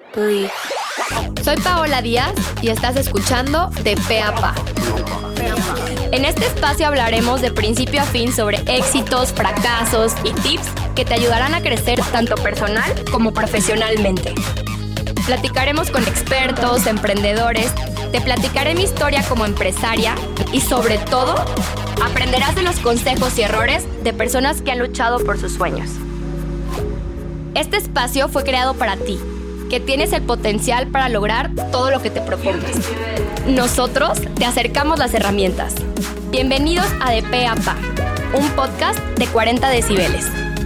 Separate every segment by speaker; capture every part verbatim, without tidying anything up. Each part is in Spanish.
Speaker 1: Soy Paola Díaz y estás escuchando De Pe a Pa. En este espacio hablaremos de principio a fin sobre éxitos, fracasos y tips que te ayudarán a crecer tanto personal como profesionalmente. Platicaremos con expertos, emprendedores, te platicaré mi historia como empresaria y sobre todo, aprenderás de los consejos y errores de personas que han luchado por sus sueños. Este espacio fue creado para ti, que tienes el potencial para lograr todo lo que te propongas. Nosotros te acercamos las herramientas. Bienvenidos a De Pe a Pa, un podcast de cuarenta decibeles.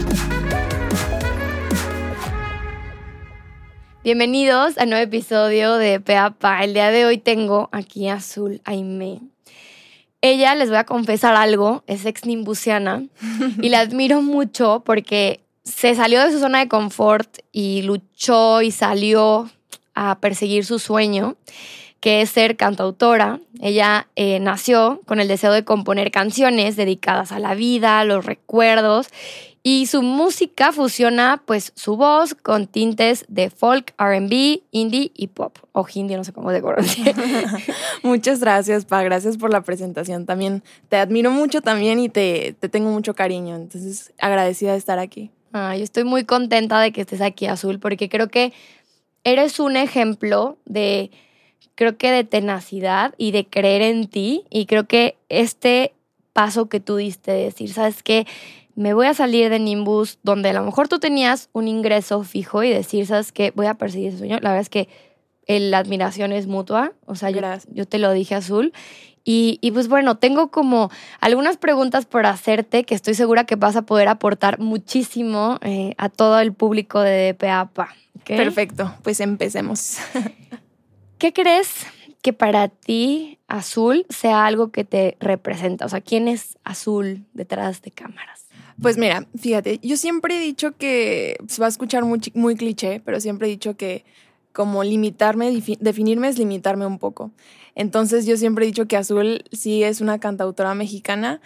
Speaker 1: Bienvenidos a un nuevo episodio de De Pe a Pa. El día de hoy tengo aquí a Azul Aimé. Ella, les voy a confesar algo, es ex nimbusiana y la admiro mucho porque se salió de su zona de confort y luchó y salió a perseguir su sueño, que es ser cantautora. Ella eh, nació con el deseo de componer canciones dedicadas a la vida, a los recuerdos, y su música fusiona pues su voz con tintes de folk, R and B, indie y pop, o hindi, no sé cómo se conoce.
Speaker 2: Muchas gracias, Pa, gracias por la presentación. También te admiro mucho también y te, te tengo mucho cariño, entonces agradecida de estar aquí.
Speaker 1: Ah, yo estoy muy contenta de que estés aquí, Azul, porque creo que eres un ejemplo de, creo que de tenacidad y de creer en ti. Y creo que este paso que tú diste de decir, ¿sabes qué? Me voy a salir de Nimbus, donde a lo mejor tú tenías un ingreso fijo y decir, ¿sabes qué? Voy a perseguir ese sueño. La verdad es que el, la admiración es mutua. O sea, yo, yo te lo dije, Azul. Y, y pues bueno, tengo como algunas preguntas por hacerte que estoy segura que vas a poder aportar muchísimo eh, a todo el público de De Pe a Pa. ¿Okay?
Speaker 2: Perfecto, pues empecemos.
Speaker 1: ¿Qué crees que para ti, Azul, sea algo que te representa? O sea, ¿quién es Azul detrás de cámaras?
Speaker 2: Pues mira, fíjate, yo siempre he dicho que, se va a escuchar muy, muy cliché, pero siempre he dicho que como limitarme, definirme es limitarme un poco. Entonces yo siempre he dicho que Azul sí es una cantautora mexicana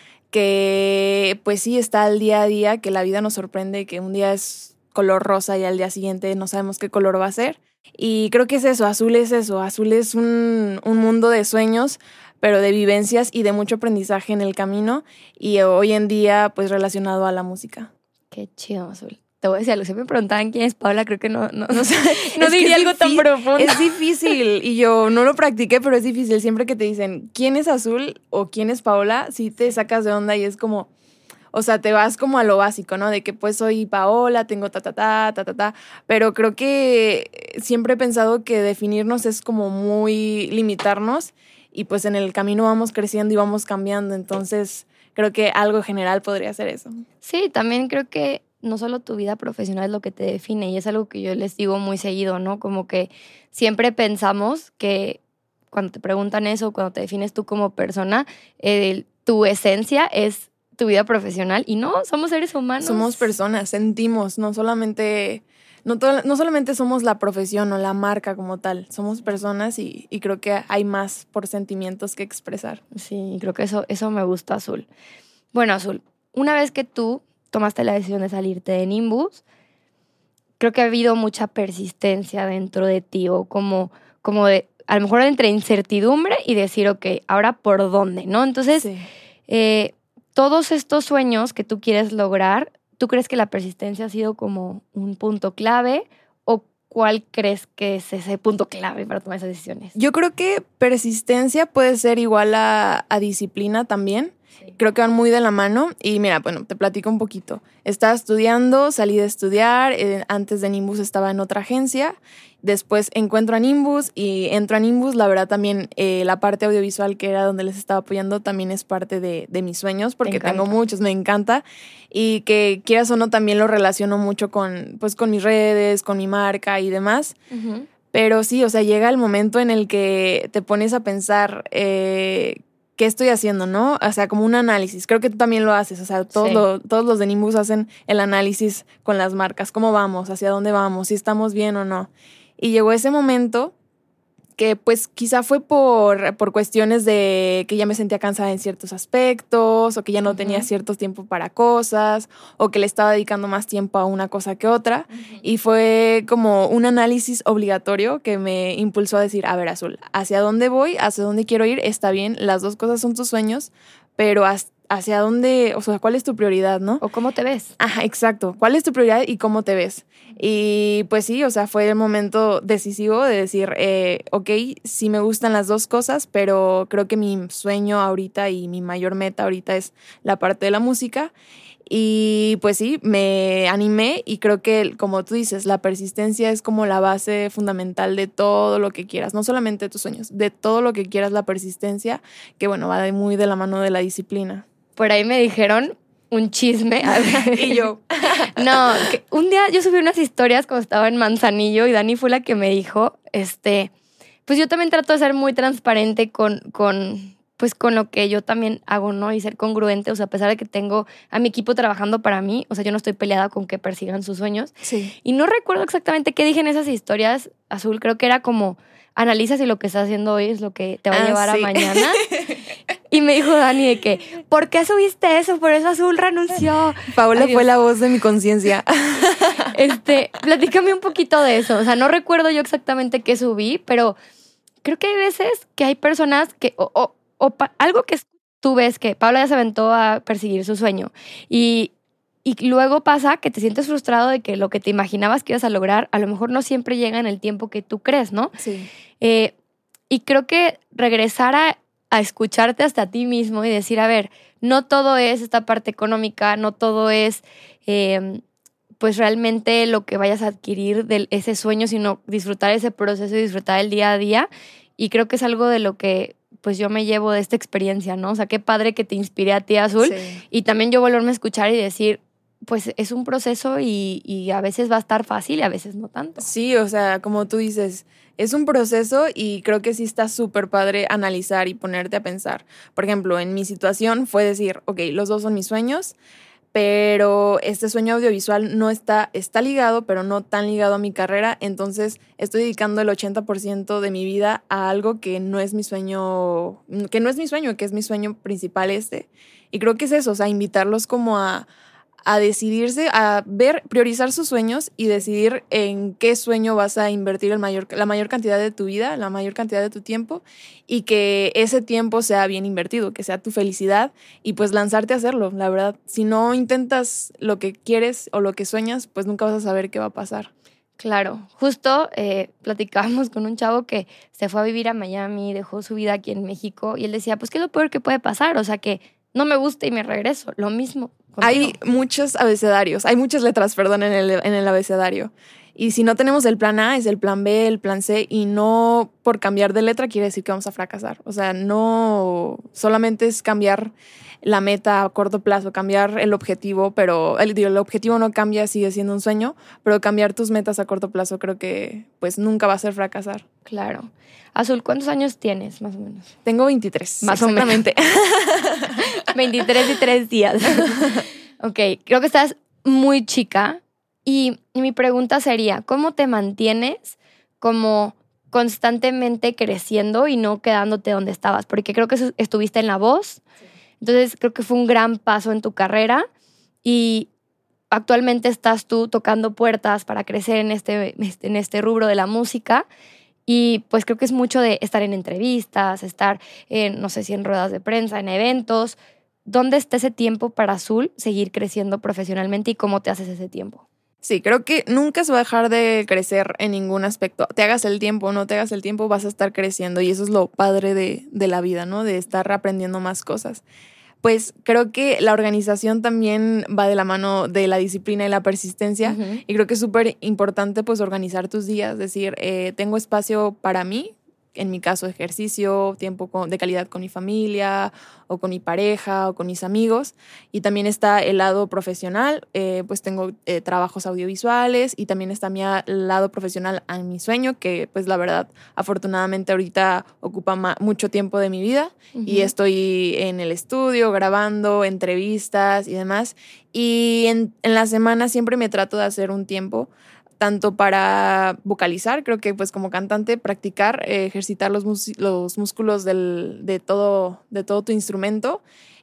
Speaker 2: que pues sí está al día a día, que la vida nos sorprende, que un día es color rosa y al día siguiente no sabemos qué color va a ser. Y creo que es eso, Azul es eso, Azul es un, un mundo de sueños, pero de vivencias y de mucho aprendizaje en el camino y hoy en día pues relacionado a la música.
Speaker 1: Qué chido, Azul. Te voy a decir algo, si me preguntaban quién es Paola, creo que no, no, no,
Speaker 2: no
Speaker 1: diría algo tan profundo.
Speaker 2: Es difícil y yo no lo practiqué, pero es difícil. Siempre que te dicen quién es Azul o quién es Paola, sí te sacas de onda y es como, o sea, te vas como a lo básico, ¿no? De que pues soy Paola, tengo ta, ta, ta, ta, ta, ta. Pero creo que siempre he pensado que definirnos es como muy limitarnos y pues en el camino vamos creciendo y vamos cambiando. Entonces creo que algo general podría ser eso.
Speaker 1: Sí, también creo que no solo tu vida profesional es lo que te define y es algo que yo les digo muy seguido, ¿no? Como que siempre pensamos que cuando te preguntan eso, cuando te defines tú como persona, eh, tu esencia es tu vida profesional y no, somos seres humanos.
Speaker 2: Somos personas, sentimos, no solamente, no, to- no solamente somos la profesión o la marca como tal, somos personas y, y creo que hay más por sentimientos que expresar.
Speaker 1: Sí, creo que eso, eso me gusta, Azul. Bueno, Azul, una vez que tú tomaste la decisión de salirte de Nimbus, creo que ha habido mucha persistencia dentro de ti o como, como de, a lo mejor entre incertidumbre y decir, ok, ¿ahora por dónde? ¿No? Entonces,
Speaker 2: sí.
Speaker 1: eh, todos estos sueños que tú quieres lograr, ¿tú crees que la persistencia ha sido como un punto clave o cuál crees que es ese punto clave para tomar esas decisiones?
Speaker 2: Yo creo que persistencia puede ser igual a, a disciplina también. Sí. Creo que van muy de la mano y mira, bueno, te platico un poquito. Estaba estudiando, salí de estudiar, eh, antes de Nimbus estaba en otra agencia, después encuentro a Nimbus y entro a Nimbus. La verdad también eh, la parte audiovisual que era donde les estaba apoyando también es parte de, de mis sueños porque tengo muchos, me encanta y que quieras o no también lo relaciono mucho con, pues, con mis redes, con mi marca y demás. Uh-huh. Pero sí, o sea, llega el momento en el que te pones a pensar eh, ¿qué estoy haciendo, no? O sea, como un análisis. Creo que tú también lo haces. O sea, todos, sí. lo, todos los de Nimbus hacen el análisis con las marcas. ¿Cómo vamos? ¿Hacia dónde vamos? ¿Si estamos bien o no? Y llegó ese momento que pues quizá fue por, por cuestiones de que ya me sentía cansada en ciertos aspectos o que ya no uh-huh. tenía cierto tiempo para cosas o que le estaba dedicando más tiempo a una cosa que otra uh-huh. y fue como un análisis obligatorio que me impulsó a decir, a ver, Azul, ¿hacia dónde voy? ¿Hacia dónde quiero ir? Está bien, las dos cosas son tus sueños, pero hasta hacia dónde, o sea, cuál es tu prioridad, ¿no?
Speaker 1: O cómo te ves.
Speaker 2: Ajá, exacto. ¿Cuál es tu prioridad y cómo te ves? Y pues sí, o sea, fue el momento decisivo de decir, eh, ok, sí me gustan las dos cosas, pero creo que mi sueño ahorita y mi mayor meta ahorita es la parte de la música. Y pues sí, me animé y creo que, como tú dices, la persistencia es como la base fundamental de todo lo que quieras, no solamente de tus sueños, de todo lo que quieras, la persistencia, que bueno, va de muy de la mano de la disciplina.
Speaker 1: Por ahí me dijeron un chisme.
Speaker 2: Y yo.
Speaker 1: No, que un día yo subí unas historias cuando estaba en Manzanillo y Dani fue la que me dijo, este, pues yo también trato de ser muy transparente con, con, pues con lo que yo también hago, ¿no? Y ser congruente, o sea, a pesar de que tengo a mi equipo trabajando para mí, o sea, yo no estoy peleada con que persigan sus sueños.
Speaker 2: Sí.
Speaker 1: Y no recuerdo exactamente qué dije en esas historias, Azul, creo que era como, analiza si lo que estás haciendo hoy es lo que te va a ah, llevar sí. a mañana. Y me dijo Dani de que, ¿por qué subiste eso? Por eso Azul renunció.
Speaker 2: Paola Ay, fue la voz de mi conciencia.
Speaker 1: Este, platícame un poquito de eso. O sea, no recuerdo yo exactamente qué subí, pero creo que hay veces que hay personas que, o, o, o pa, algo que tú ves que Paola ya se aventó a perseguir su sueño y, y luego pasa que te sientes frustrado de que lo que te imaginabas que ibas a lograr a lo mejor no siempre llega en el tiempo que tú crees, ¿no?
Speaker 2: Sí.
Speaker 1: Eh, y creo que regresar a a escucharte hasta ti mismo y decir, a ver, no todo es esta parte económica, no todo es eh, pues realmente lo que vayas a adquirir de ese sueño, sino disfrutar ese proceso y disfrutar el día a día. Y creo que es algo de lo que pues yo me llevo de esta experiencia, ¿no? O sea, qué padre que te inspire a ti, Azul.
Speaker 2: Sí.
Speaker 1: Y también yo volverme a escuchar y decir, pues es un proceso y, y a veces va a estar fácil y a veces no tanto.
Speaker 2: Sí, o sea, como tú dices, es un proceso y creo que sí está súper padre analizar y ponerte a pensar. Por ejemplo, en mi situación fue decir, ok, los dos son mis sueños, pero este sueño audiovisual no está, está ligado, pero no tan ligado a mi carrera, entonces estoy dedicando el ochenta por ciento de mi vida a algo que no es mi sueño, que no es mi sueño, que es mi sueño principal este. Y creo que es eso, o sea, invitarlos como a... a decidirse, a ver, priorizar sus sueños y decidir en qué sueño vas a invertir el mayor, la mayor cantidad de tu vida, la mayor cantidad de tu tiempo y que ese tiempo sea bien invertido, que sea tu felicidad y pues lanzarte a hacerlo, la verdad. Si no intentas lo que quieres o lo que sueñas, pues nunca vas a saber qué va a pasar.
Speaker 1: Claro, justo eh, platicábamos con un chavo que se fue a vivir a Miami, dejó su vida aquí en México y él decía, pues ¿qué es lo peor que puede pasar? O sea, que no me gusta y me regreso, lo mismo. Contigo.
Speaker 2: Hay muchos abecedarios, hay muchas letras, perdón, en el, en el abecedario. Y si no tenemos el plan A, es el plan B, el plan C, y no por cambiar de letra quiere decir que vamos a fracasar. O sea, no solamente es cambiar la meta a corto plazo, cambiar el objetivo, pero el, el objetivo no cambia, sigue siendo un sueño, pero cambiar tus metas a corto plazo creo que pues nunca va a ser fracasar.
Speaker 1: Claro. Azul, ¿cuántos años tienes, más o menos?
Speaker 2: Tengo veintitrés.
Speaker 1: Más o menos. veintitrés y tres días. Ok, creo que estás muy chica y mi pregunta sería, ¿cómo te mantienes como constantemente creciendo y no quedándote donde estabas? Porque creo que estuviste en La Voz, sí. Entonces creo que fue un gran paso en tu carrera y actualmente estás tú tocando puertas para crecer en este, en este rubro de la música. Y pues creo que es mucho de estar en entrevistas, estar en, no sé si en ruedas de prensa, en eventos. ¿Dónde está ese tiempo para Azul seguir creciendo profesionalmente y cómo te haces ese tiempo?
Speaker 2: Sí, creo que nunca se va a dejar de crecer en ningún aspecto. Te hagas el tiempo o no te hagas el tiempo, vas a estar creciendo y eso es lo padre de, de la vida, ¿no? De estar aprendiendo más cosas. Pues creo que la organización también va de la mano de la disciplina y la persistencia. Uh-huh. Y creo que es súper importante pues organizar tus días, decir, eh, tengo espacio para mí, en mi caso ejercicio, tiempo con, de calidad con mi familia o con mi pareja o con mis amigos. Y también está el lado profesional, eh, pues tengo eh, trabajos audiovisuales y también está mi lado profesional a mi sueño, que pues la verdad afortunadamente ahorita ocupa ma- mucho tiempo de mi vida. Uh-huh. Y estoy en el estudio grabando entrevistas y demás. Y en, en la semana siempre me trato de hacer un tiempo tanto para vocalizar, creo que pues como cantante, practicar, eh, ejercitar los, mus- los músculos del, de, todo, de todo tu instrumento.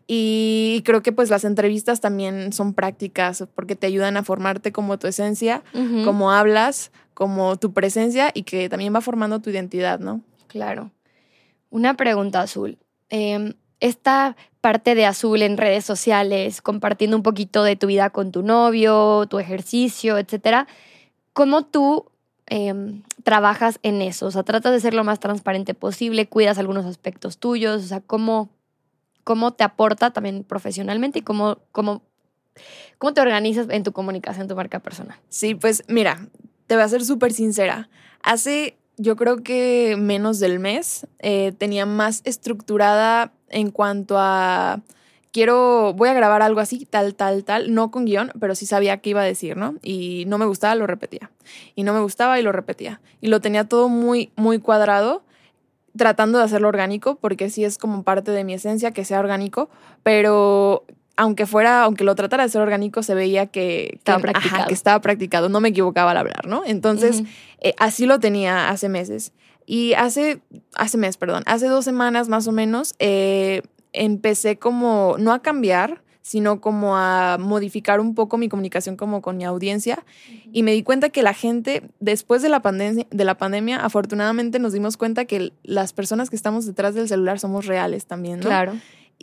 Speaker 2: Y creo que pues las entrevistas también son prácticas porque te ayudan a formarte como tu esencia,
Speaker 1: Uh-huh.
Speaker 2: como hablas, como tu presencia y que también va formando tu identidad, ¿no?
Speaker 1: Claro. Una pregunta, Azul. Eh, esta parte de Azul en redes sociales, compartiendo un poquito de tu vida con tu novio, tu ejercicio, etcétera, ¿cómo tú eh, trabajas en eso? O sea, tratas de ser lo más transparente posible, cuidas algunos aspectos tuyos, o sea, ¿cómo, cómo te aporta también profesionalmente y cómo, cómo, cómo te organizas en tu comunicación, tu marca personal?
Speaker 2: Sí, pues mira, te voy a ser súper sincera. Hace, yo creo que menos del mes, eh, tenía más estructurada en cuanto a, quiero, voy a grabar algo así, tal, tal, tal, no con guión, pero sí sabía qué iba a decir, ¿no? Y no me gustaba, lo repetía. Y no me gustaba y lo repetía. Y lo tenía todo muy, muy cuadrado, tratando de hacerlo orgánico, porque sí es como parte de mi esencia que sea orgánico, pero aunque fuera, aunque lo tratara de ser orgánico, se veía que, que,
Speaker 1: Estaba practicado.
Speaker 2: ajá, que estaba practicado, no me equivocaba al hablar, ¿no? Entonces,
Speaker 1: Uh-huh.
Speaker 2: eh, así lo tenía hace meses. Y hace, hace mes, perdón, hace dos semanas más o menos, eh, empecé como, no a cambiar, sino como a modificar un poco mi comunicación como con mi audiencia. Uh-huh. Y me di cuenta que la gente, después de la, pandemia, de la pandemia, afortunadamente nos dimos cuenta que las personas que estamos detrás del celular somos reales también, ¿no?
Speaker 1: Claro.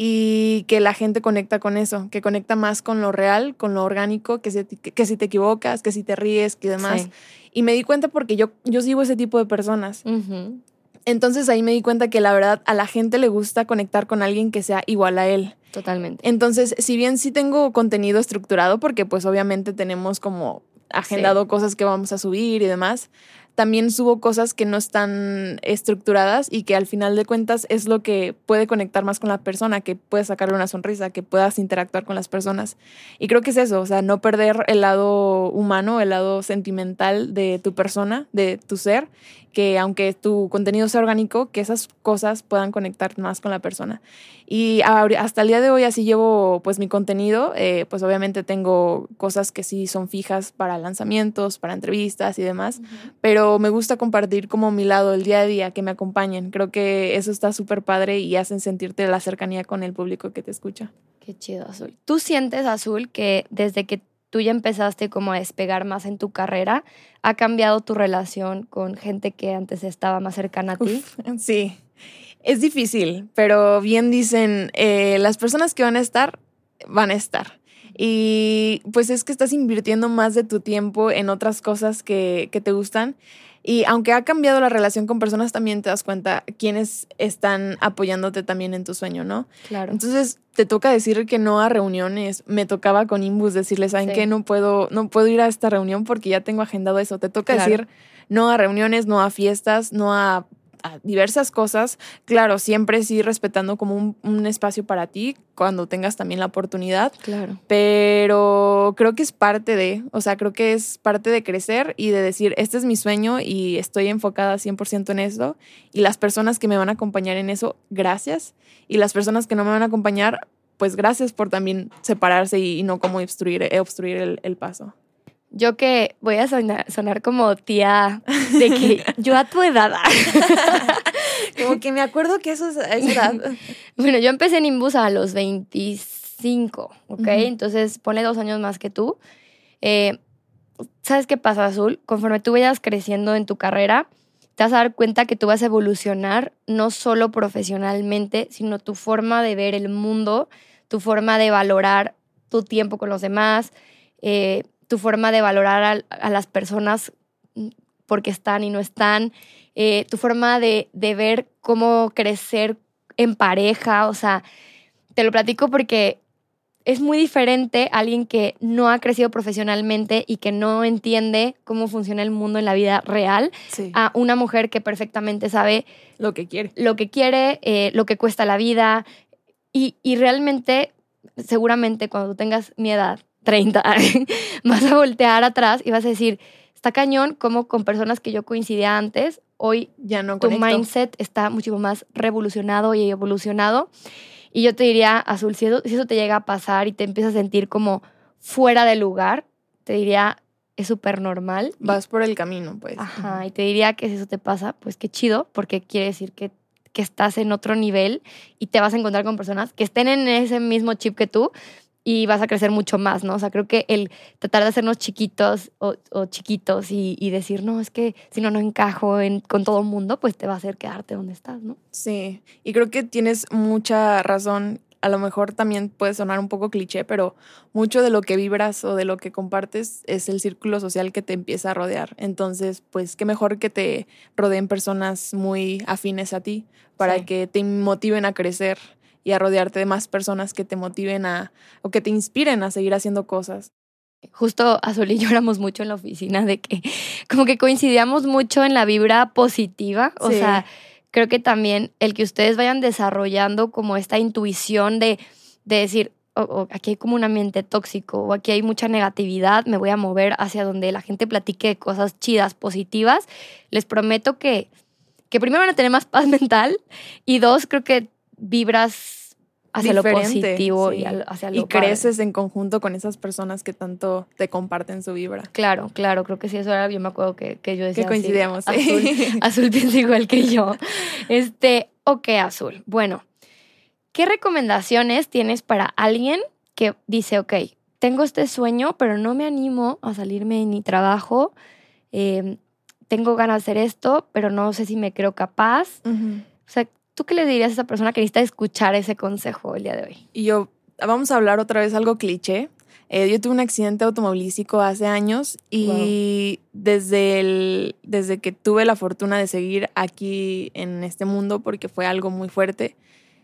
Speaker 2: Y que la gente conecta con eso, que conecta más con lo real, con lo orgánico, que si, que, que si te equivocas, que si te ríes, que demás. Sí. Y me di cuenta porque yo, yo sigo ese tipo de personas.
Speaker 1: Uh-huh.
Speaker 2: Entonces ahí me di cuenta que la verdad a la gente le gusta conectar con alguien que sea igual a él.
Speaker 1: Totalmente.
Speaker 2: Entonces, si bien sí tengo contenido estructurado, porque pues obviamente tenemos como agendado sí. cosas que vamos a subir y demás, también subo cosas que no están estructuradas y que al final de cuentas es lo que puede conectar más con la persona, que puedes sacarle una sonrisa, que puedas interactuar con las personas. Y creo que es eso, o sea, no perder el lado humano, el lado sentimental de tu persona, de tu ser, que aunque tu contenido sea orgánico, que esas cosas puedan conectar más con la persona. Y hasta el día de hoy así llevo pues mi contenido, eh, pues obviamente tengo cosas que sí son fijas para lanzamientos, para entrevistas y demás, uh-huh. pero me gusta compartir como mi lado, el día a día, que me acompañen. Creo que eso está súper padre y hacen sentirte la cercanía con el público que te escucha.
Speaker 1: Qué chido, Azul. ¿Tú sientes, Azul, que desde que tú ya empezaste como a despegar más en tu carrera, ha cambiado tu relación con gente que antes estaba más cercana a ti?
Speaker 2: Uf, sí, es difícil, pero bien dicen, eh, las personas que van a estar, van a estar. Y pues es que estás invirtiendo más de tu tiempo en otras cosas que, que te gustan. Y aunque ha cambiado la relación con personas, también te das cuenta quiénes están apoyándote también en tu sueño, ¿no?
Speaker 1: Claro.
Speaker 2: Entonces te toca decir que no a reuniones. Me tocaba con Imbus decirles, ¿saben sí. qué? No puedo, no puedo ir a esta reunión porque ya tengo agendado eso. Te toca claro. decir no a reuniones, no a fiestas, no a, a diversas cosas. Claro, siempre sí respetando como un, un espacio para ti cuando tengas también la oportunidad.
Speaker 1: Claro.
Speaker 2: Pero creo que es parte de, o sea, creo que es parte de crecer y de decir, este es mi sueño y estoy enfocada cien por ciento en eso. Y las personas que me van a acompañar en eso, gracias. Y las personas que no me van a acompañar, pues gracias por también separarse y, y no como obstruir, obstruir el, el paso.
Speaker 1: Yo que voy a sonar, sonar como tía de que yo a tu edad.
Speaker 2: Como que me acuerdo que eso es a esa edad.
Speaker 1: Bueno, yo empecé en Imbus a los veinticinco, ¿ok? Uh-huh. Entonces, ponle dos años más que tú. Eh, ¿Sabes qué pasa, Azul? Conforme tú vayas creciendo en tu carrera, te vas a dar cuenta que tú vas a evolucionar no solo profesionalmente, sino tu forma de ver el mundo, tu forma de valorar tu tiempo con los demás, eh, tu forma de valorar a, a las personas porque están y no están, eh, tu forma de, de ver cómo crecer en pareja. O sea, te lo platico porque es muy diferente a alguien que no ha crecido profesionalmente y que no entiende cómo funciona el mundo en la vida real, sí. a una mujer que perfectamente sabe
Speaker 2: lo que quiere,
Speaker 1: lo que, quiere, eh, lo que cuesta la vida. Y, y realmente, seguramente cuando tengas mi edad, treinta, vas a voltear atrás y vas a decir, está cañón como con personas que yo coincidía antes, hoy
Speaker 2: ya no
Speaker 1: tu
Speaker 2: conecto.
Speaker 1: Mindset está mucho más revolucionado y evolucionado. Y yo te diría, Azul, si eso, si eso te llega a pasar y te empiezas a sentir como fuera de lugar, te diría, es súper normal.
Speaker 2: Vas por el camino, pues.
Speaker 1: Ajá, uh-huh. Y te diría que si eso te pasa, pues qué chido, porque quiere decir que, que estás en otro nivel y te vas a encontrar con personas que estén en ese mismo chip que tú y vas a crecer mucho más, ¿no? O sea, creo que el tratar de hacernos chiquitos o, o chiquitos y, y decir, no, es que si no, no encajo en, con todo el mundo, pues te va a hacer quedarte donde estás, ¿no?
Speaker 2: Sí, y creo que tienes mucha razón. A lo mejor también puede sonar un poco cliché, pero mucho de lo que vibras o de lo que compartes es el círculo social que te empieza a rodear. Entonces, pues qué mejor que te rodeen personas muy afines a ti para sí. que te motiven a crecer y a rodearte de más personas que te motiven a, o que te inspiren a seguir haciendo cosas.
Speaker 1: Justo Azul y yo éramos mucho en la oficina de que como que coincidíamos mucho en la vibra positiva, o sí. sea, creo que también el que ustedes vayan desarrollando como esta intuición de, de decir, oh, oh, aquí hay como un ambiente tóxico o aquí hay mucha negatividad, me voy a mover hacia donde la gente platique de cosas chidas, positivas, les prometo que, que primero van a tener más paz mental y dos, creo que vibras hacia Diferente, lo positivo sí. y hacia lo
Speaker 2: Y padre. Creces en conjunto con esas personas que tanto te comparten su vibra.
Speaker 1: Claro, claro, creo que sí, eso era, yo me acuerdo que, que yo decía
Speaker 2: que coincidíamos,
Speaker 1: así,
Speaker 2: sí.
Speaker 1: Azul, Azul piensa igual que yo. Este, ok, Azul, bueno, ¿qué recomendaciones tienes para alguien que dice, ok, tengo este sueño, pero no me animo a salirme de mi trabajo, eh, tengo ganas de hacer esto, pero no sé si me creo capaz? Uh-huh. O sea, ¿tú qué le dirías a esa persona que necesita escuchar ese consejo el día de hoy?
Speaker 2: Y yo, vamos a hablar otra vez algo cliché. Eh, yo tuve un accidente automovilístico hace años y wow. desde, el, desde que tuve la fortuna de seguir aquí en este mundo, porque fue algo muy fuerte,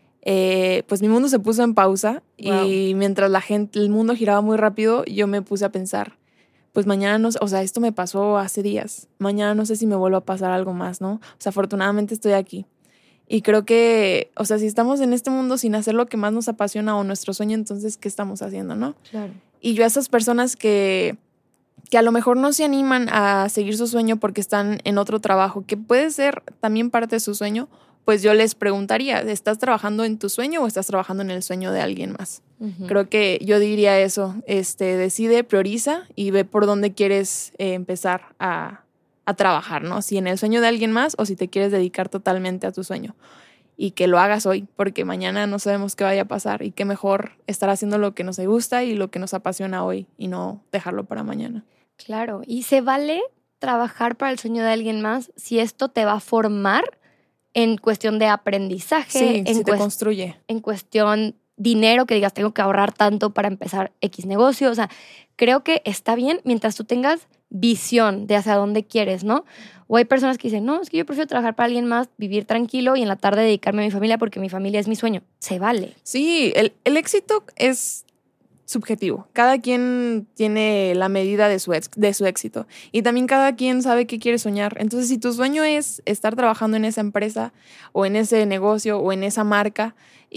Speaker 2: eh, pues mi mundo se puso en pausa wow. y mientras la gente, el mundo giraba muy rápido, yo me puse a pensar, pues mañana no, o sea, esto me pasó hace días, mañana no sé si me vuelva a pasar algo más, ¿no? O sea, afortunadamente estoy aquí. Y creo que, o sea, si estamos en este mundo sin hacer lo que más nos apasiona o nuestro sueño, entonces, ¿qué estamos haciendo, no?
Speaker 1: Claro.
Speaker 2: Y yo a esas personas que, que a lo mejor no se animan a seguir su sueño porque están en otro trabajo, que puede ser también parte de su sueño, pues yo les preguntaría, ¿estás trabajando en tu sueño o estás trabajando en el sueño de alguien más? Uh-huh. Creo que yo diría eso, este, decide, prioriza y ve por dónde quieres eh, empezar a... a trabajar, ¿no? Si en el sueño de alguien más o si te quieres dedicar totalmente a tu sueño. Y que lo hagas hoy, porque mañana no sabemos qué vaya a pasar y qué mejor estar haciendo lo que nos gusta y lo que nos apasiona hoy y no dejarlo para mañana.
Speaker 1: Claro, y se vale trabajar para el sueño de alguien más si esto te va a formar en cuestión de aprendizaje.
Speaker 2: Sí,
Speaker 1: en
Speaker 2: si te cuest- construye.
Speaker 1: En cuestión dinero, que digas, tengo que ahorrar tanto para empezar X negocio. O sea, creo que está bien mientras tú tengas visión de hacia dónde quieres, ¿no? O hay personas que dicen, no, es que yo prefiero trabajar para alguien más, vivir tranquilo y en la tarde dedicarme a mi familia porque mi familia es mi sueño. Se vale.
Speaker 2: Sí, el, el éxito es subjetivo. Cada quien tiene la medida de su, ex, de su éxito y también cada quien sabe qué quiere soñar. Entonces, si tu sueño es estar trabajando en esa empresa o en ese negocio o en esa marca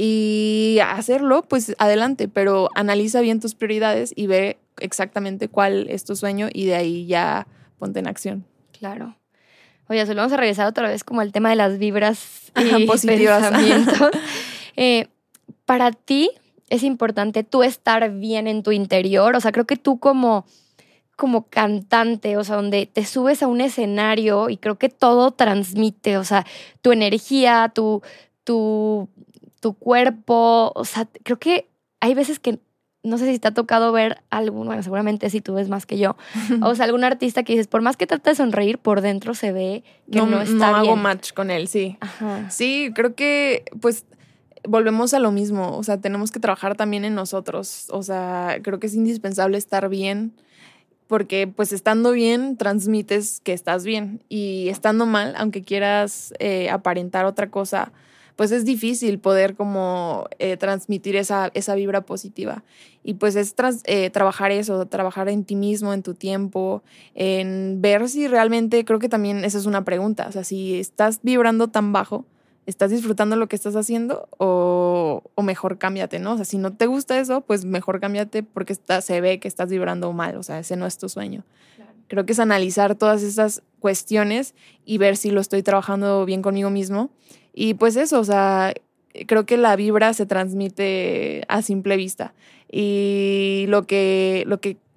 Speaker 2: y hacerlo, pues adelante, pero analiza bien tus prioridades y ve exactamente cuál es tu sueño y de ahí ya ponte en acción.
Speaker 1: Claro. Oye, solo vamos a regresar otra vez como al tema de las vibras y
Speaker 2: Ajá, positivas.
Speaker 1: Pensamientos. eh, para ti es importante tú estar bien en tu interior. O sea, creo que tú como, como cantante, o sea, donde te subes a un escenario y creo que todo transmite, o sea, tu energía, tu, tu, tu cuerpo. O sea, creo que hay veces que no sé si te ha tocado ver algún, bueno, seguramente si tú ves más que yo, o sea, algún artista que dices, por más que trata de sonreír, por dentro se ve que no, no está
Speaker 2: no
Speaker 1: bien.
Speaker 2: hago match con él, sí.
Speaker 1: Ajá.
Speaker 2: Sí, creo que, pues, volvemos a lo mismo, o sea, tenemos que trabajar también en nosotros, o sea, creo que es indispensable estar bien, porque, pues, estando bien, transmites que estás bien, y estando mal, aunque quieras eh, aparentar otra cosa, pues es difícil poder como eh, transmitir esa, esa vibra positiva. Y pues es trans, eh, trabajar eso, trabajar en ti mismo, en tu tiempo, en ver si realmente, creo que también esa es una pregunta, o sea, si estás vibrando tan bajo, ¿estás disfrutando lo que estás haciendo o, o mejor cámbiate, ¿no? O sea, si no te gusta eso, pues mejor cámbiate porque está, se ve que estás vibrando mal, o sea, ese no es tu sueño. Claro. Creo que es analizar todas esas cuestiones y ver si lo estoy trabajando bien conmigo mismo. Y pues eso, o sea, creo que la vibra se transmite a simple vista. Y lo que, lo que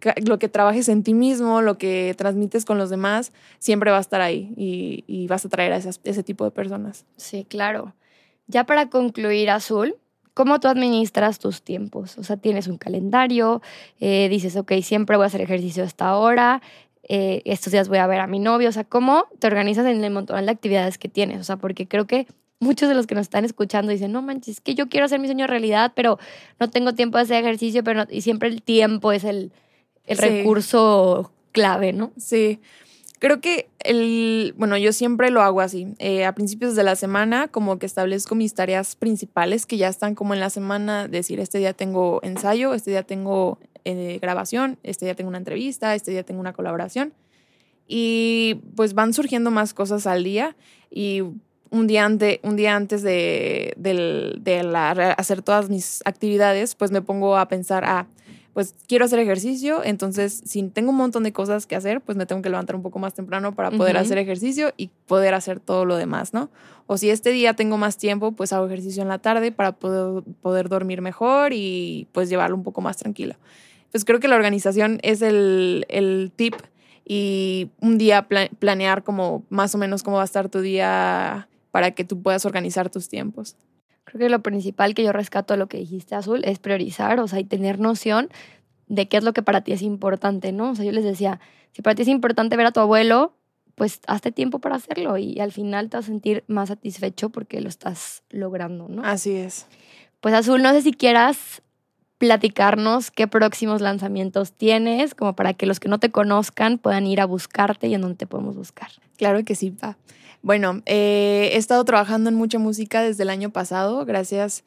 Speaker 2: lo que trabajes en ti mismo, lo que transmites con los demás, siempre va a estar ahí y, y vas a atraer a esas, ese tipo de personas.
Speaker 1: Sí, claro. Ya para concluir, Azul, ¿cómo tú administras tus tiempos? O sea, tienes un calendario, eh, dices, ok, siempre voy a hacer ejercicio a esta hora, eh, estos días voy a ver a mi novio. O sea, ¿cómo te organizas en el montón de actividades que tienes? O sea, porque creo que muchos de los que nos están escuchando dicen, no manches, es que yo quiero hacer mi sueño realidad, pero no tengo tiempo de hacer ejercicio, pero no, y siempre el tiempo es el, el
Speaker 2: Sí.
Speaker 1: recurso clave, ¿no?
Speaker 2: Sí. Creo que el, bueno, yo siempre lo hago así. Eh, a principios de la semana, como que establezco mis tareas principales que ya están como en la semana, decir, este día tengo ensayo, este día tengo eh, grabación, este día tengo una entrevista, este día tengo una colaboración. Y pues van surgiendo más cosas al día y un día, ante, un día antes de, de, de la, hacer todas mis actividades, pues me pongo a pensar, ah, pues quiero hacer ejercicio, entonces si tengo un montón de cosas que hacer, pues me tengo que levantar un poco más temprano para poder uh-huh. hacer ejercicio y poder hacer todo lo demás, ¿no? O si este día tengo más tiempo, pues hago ejercicio en la tarde para poder, poder dormir mejor y pues llevarlo un poco más tranquilo. Pues creo que la organización es el, el tip y un día pla- planear como más o menos cómo va a estar tu día para que tú puedas organizar tus tiempos.
Speaker 1: Creo que lo principal que yo rescato de lo que dijiste, Azul, es priorizar, o sea, y tener noción de qué es lo que para ti es importante, ¿no? O sea, yo les decía, si para ti es importante ver a tu abuelo, pues hazte tiempo para hacerlo y al final te vas a sentir más satisfecho porque lo estás logrando, ¿no?
Speaker 2: Así es.
Speaker 1: Pues, Azul, no sé si quieras platicarnos qué próximos lanzamientos tienes, como para que los que no te conozcan puedan ir a buscarte y en dónde te podemos buscar.
Speaker 2: Claro que sí, pa. Bueno, eh, he estado trabajando en mucha música desde el año pasado, gracias.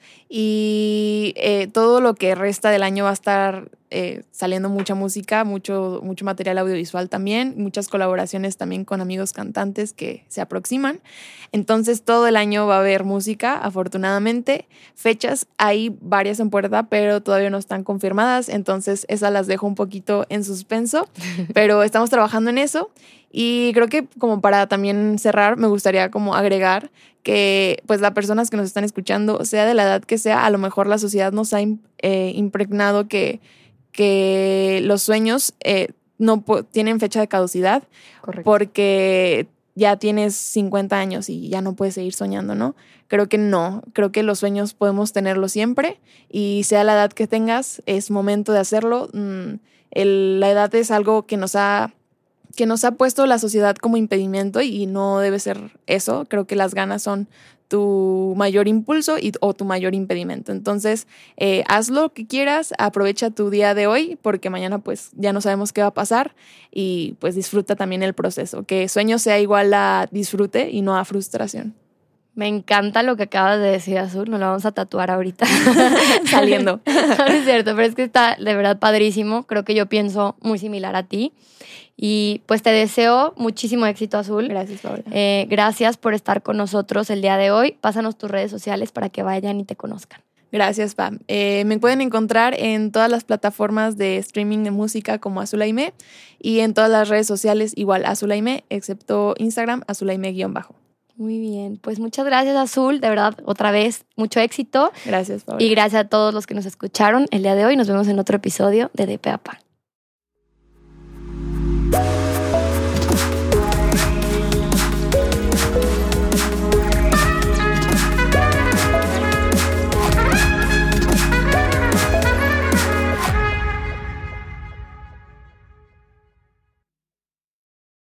Speaker 2: Y eh, todo lo que resta del año va a estar eh, saliendo mucha música, mucho, mucho material audiovisual también, muchas colaboraciones también con amigos cantantes que se aproximan. Entonces todo el año va a haber música, afortunadamente. Fechas hay varias en puerta, pero todavía no están confirmadas, entonces esas las dejo un poquito en suspenso, pero estamos trabajando en eso. Y creo que como para también cerrar, me gustaría como agregar que pues las personas que nos están escuchando, sea de la edad que sea, a lo mejor la sociedad nos ha eh, impregnado que, que los sueños eh, no po- tienen fecha de caducidad. Correcto. Porque ya tienes cincuenta años y ya no puedes seguir soñando, ¿no? Creo que no, creo que los sueños podemos tenerlos siempre y sea la edad que tengas, es momento de hacerlo. Mm, el, la edad es algo que nos ha... que nos ha puesto la sociedad como impedimento y no debe ser eso. Creo que las ganas son tu mayor impulso y, o tu mayor impedimento. Entonces, eh, haz lo que quieras, aprovecha tu día de hoy porque mañana pues ya no sabemos qué va a pasar y pues disfruta también el proceso. Que sueño sea igual a disfrute y no a frustración.
Speaker 1: Me encanta lo que acabas de decir, Azul. Nos lo vamos a tatuar ahorita.
Speaker 2: Saliendo.
Speaker 1: No es cierto, pero es que está de verdad padrísimo. Creo que yo pienso muy similar a ti. Y pues te deseo muchísimo éxito, Azul.
Speaker 2: Gracias, Paola.
Speaker 1: Eh, gracias por estar con nosotros el día de hoy. Pásanos tus redes sociales para que vayan y te conozcan.
Speaker 2: Gracias, Pam. Eh, me pueden encontrar en todas las plataformas de streaming de música como Azulaime y en todas las redes sociales igual Azulaime, excepto Instagram, Azulaime-bajo.
Speaker 1: Muy bien, pues muchas gracias, Azul, de verdad, otra vez, mucho éxito.
Speaker 2: Gracias, Paola.
Speaker 1: Y gracias a todos los que nos escucharon el día de hoy. Nos vemos en otro episodio de De Pe a Pa.